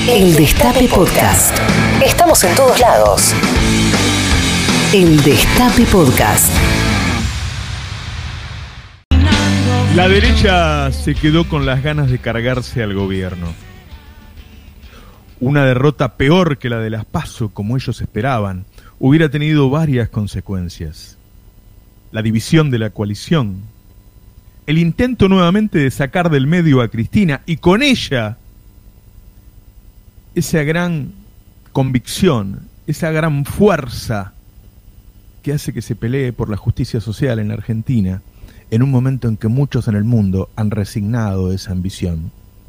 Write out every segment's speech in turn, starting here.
El Destape Podcast. Estamos en todos lados. El Destape Podcast. La derecha se quedó con las ganas de cargarse al gobierno. Una derrota peor que la de las PASO, como ellos esperaban, hubiera tenido varias consecuencias. La división de la coalición, el intento nuevamente de sacar del medio a Cristina y con ella esa gran convicción, esa gran fuerza que hace que se pelee por la justicia social en Argentina, en un momento en que muchos en el mundo han resignado esa ambición.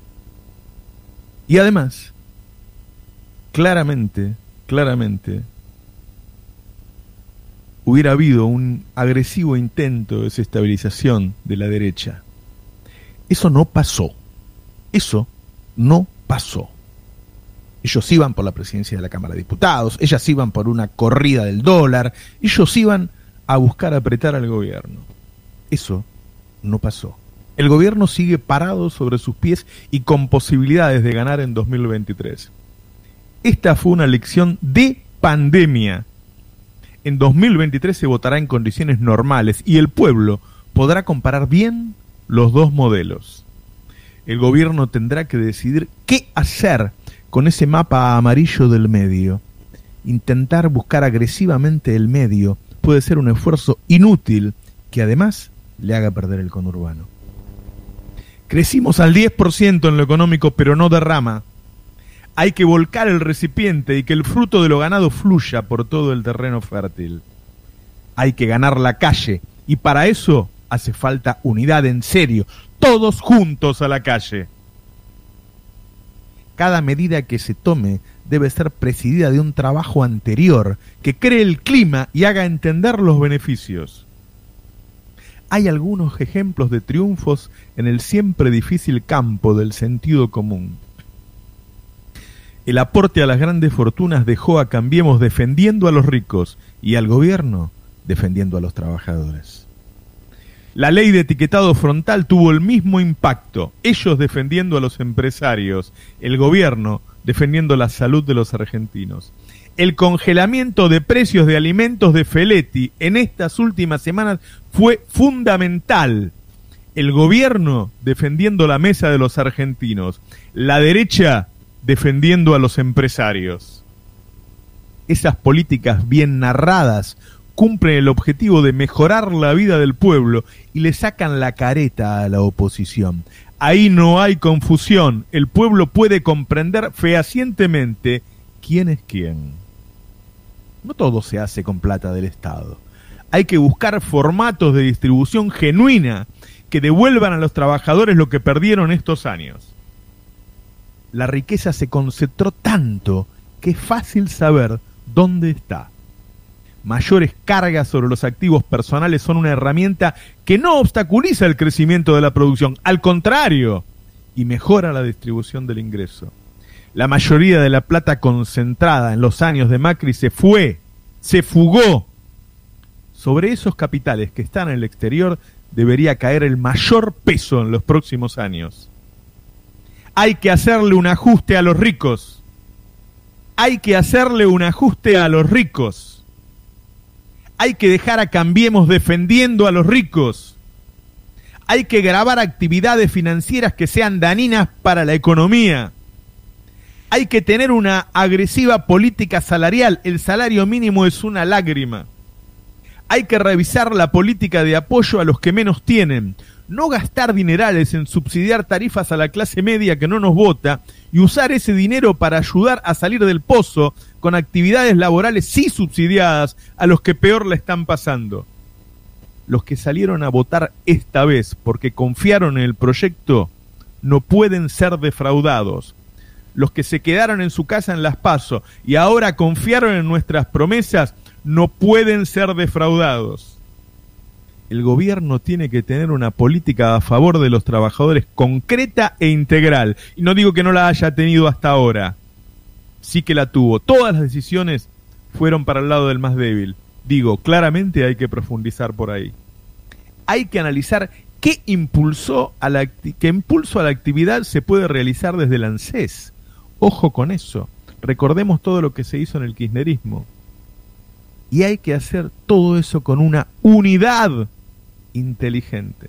Y además, claramente, hubiera habido un agresivo intento de desestabilización de la derecha. Eso no pasó. Ellos iban por la presidencia de la Cámara de Diputados, ellas iban por una corrida del dólar, ellos iban a buscar apretar al gobierno. Eso no pasó. El gobierno sigue parado sobre sus pies y con posibilidades de ganar en 2023. Esta fue una lección de pandemia. En 2023 se votará en condiciones normales y el pueblo podrá comparar bien los dos modelos. El gobierno tendrá que decidir qué hacer con ese mapa amarillo del medio. Intentar buscar agresivamente el medio puede ser un esfuerzo inútil que además le haga perder el conurbano. Crecimos al 10% en lo económico, pero no derrama. Hay que volcar el recipiente y que el fruto de lo ganado fluya por todo el terreno fértil. Hay que ganar la calle y para eso hace falta unidad en serio, todos juntos a la calle. Cada medida que se tome debe ser presidida de un trabajo anterior que cree el clima y haga entender los beneficios. Hay algunos ejemplos de triunfos en el siempre difícil campo del sentido común. El aporte a las grandes fortunas dejó a Cambiemos defendiendo a los ricos y al gobierno defendiendo a los trabajadores. La ley de etiquetado frontal tuvo el mismo impacto, ellos defendiendo a los empresarios, el gobierno defendiendo la salud de los argentinos. El congelamiento de precios de alimentos de Feletti en estas últimas semanas fue fundamental. El gobierno defendiendo la mesa de los argentinos, la derecha defendiendo a los empresarios. Esas políticas bien narradas cumplen el objetivo de mejorar la vida del pueblo y le sacan la careta a la oposición. Ahí no hay confusión, el pueblo puede comprender fehacientemente quién es quién. No todo se hace con plata del Estado. Hay que buscar formatos de distribución genuina que devuelvan a los trabajadores lo que perdieron estos años. La riqueza se concentró tanto que es fácil saber dónde está. Mayores cargas sobre los activos personales son una herramienta que no obstaculiza el crecimiento de la producción, al contrario, y mejora la distribución del ingreso. La mayoría de la plata concentrada en los años de Macri se fugó. Sobre esos capitales que están en el exterior debería caer el mayor peso en los próximos años. Hay que hacerle un ajuste a los ricos. Hay que dejar a Cambiemos defendiendo a los ricos. Hay que grabar actividades financieras que sean dañinas para la economía. Hay que tener una agresiva política salarial. El salario mínimo es una lágrima. Hay que revisar la política de apoyo a los que menos tienen. No gastar dinerales en subsidiar tarifas a la clase media que no nos vota y usar ese dinero para ayudar a salir del pozo con actividades laborales sí subsidiadas a los que peor la están pasando. Los que salieron a votar esta vez porque confiaron en el proyecto no pueden ser defraudados. Los que se quedaron en su casa en las PASO y ahora confiaron en nuestras promesas no pueden ser defraudados. El gobierno tiene que tener una política a favor de los trabajadores concreta e integral. Y no digo que no la haya tenido hasta ahora. Sí que la tuvo. Todas las decisiones fueron para el lado del más débil. Digo, claramente hay que profundizar por ahí. Hay que analizar qué impulso a la actividad se puede realizar desde el ANSES Ojo con eso. Recordemos todo lo que se hizo en el kirchnerismo. Y hay que hacer todo eso con una unidad inteligente.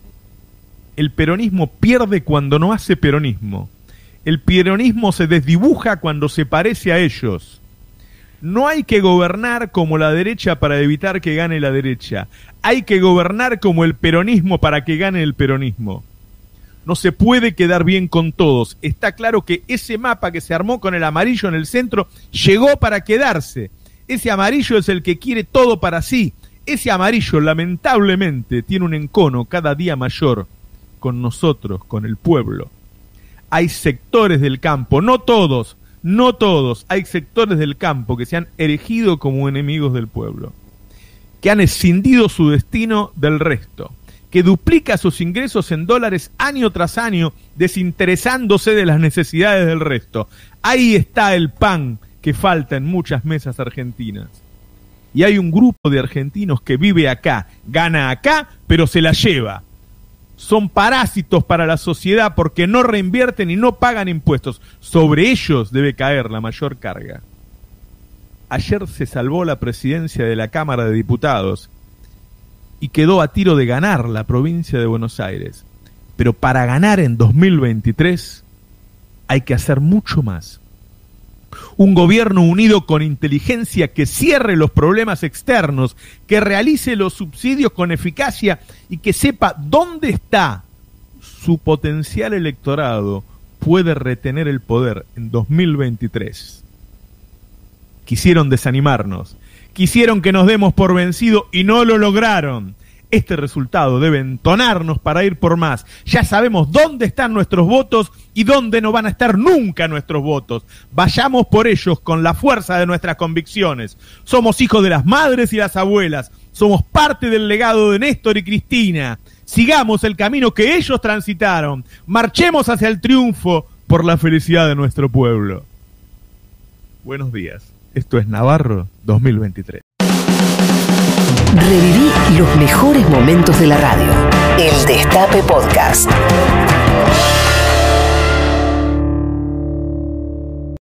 El peronismo pierde cuando no hace peronismo. El peronismo se desdibuja cuando se parece a ellos. No hay que gobernar como la derecha para evitar que gane la derecha. Hay que gobernar como el peronismo para que gane el peronismo. No se puede quedar bien con todos. Está claro que ese mapa que se armó con el amarillo en el centro llegó para quedarse. Ese amarillo es el que quiere todo para sí. Ese amarillo, lamentablemente, tiene un encono cada día mayor con nosotros, con el pueblo. Hay sectores del campo, no todos, hay sectores del campo que se han erigido como enemigos del pueblo, que han escindido su destino del resto, que duplica sus ingresos en dólares año tras año, desinteresándose de las necesidades del resto. Ahí está el pan que falta en muchas mesas argentinas. Y hay un grupo de argentinos que vive acá, gana acá, pero se la lleva. Son parásitos para la sociedad porque no reinvierten y no pagan impuestos. Sobre ellos debe caer la mayor carga. Ayer se salvó la presidencia de la Cámara de Diputados y quedó a tiro de ganar la provincia de Buenos Aires. Pero para ganar en 2023 hay que hacer mucho más. Un gobierno unido con inteligencia que cierre los problemas externos, que realice los subsidios con eficacia y que sepa dónde está su potencial electorado, puede retener el poder en 2023. Quisieron desanimarnos, quisieron que nos demos por vencido y no lo lograron. Este resultado debe entonarnos para ir por más. Ya sabemos dónde están nuestros votos y dónde no van a estar nunca nuestros votos. Vayamos por ellos con la fuerza de nuestras convicciones. Somos hijos de las madres y las abuelas. Somos parte del legado de Néstor y Cristina. Sigamos el camino que ellos transitaron. Marchemos hacia el triunfo por la felicidad de nuestro pueblo. Buenos días. Esto es Navarro 2023. Reviví los mejores momentos de la radio. El Destape Podcast.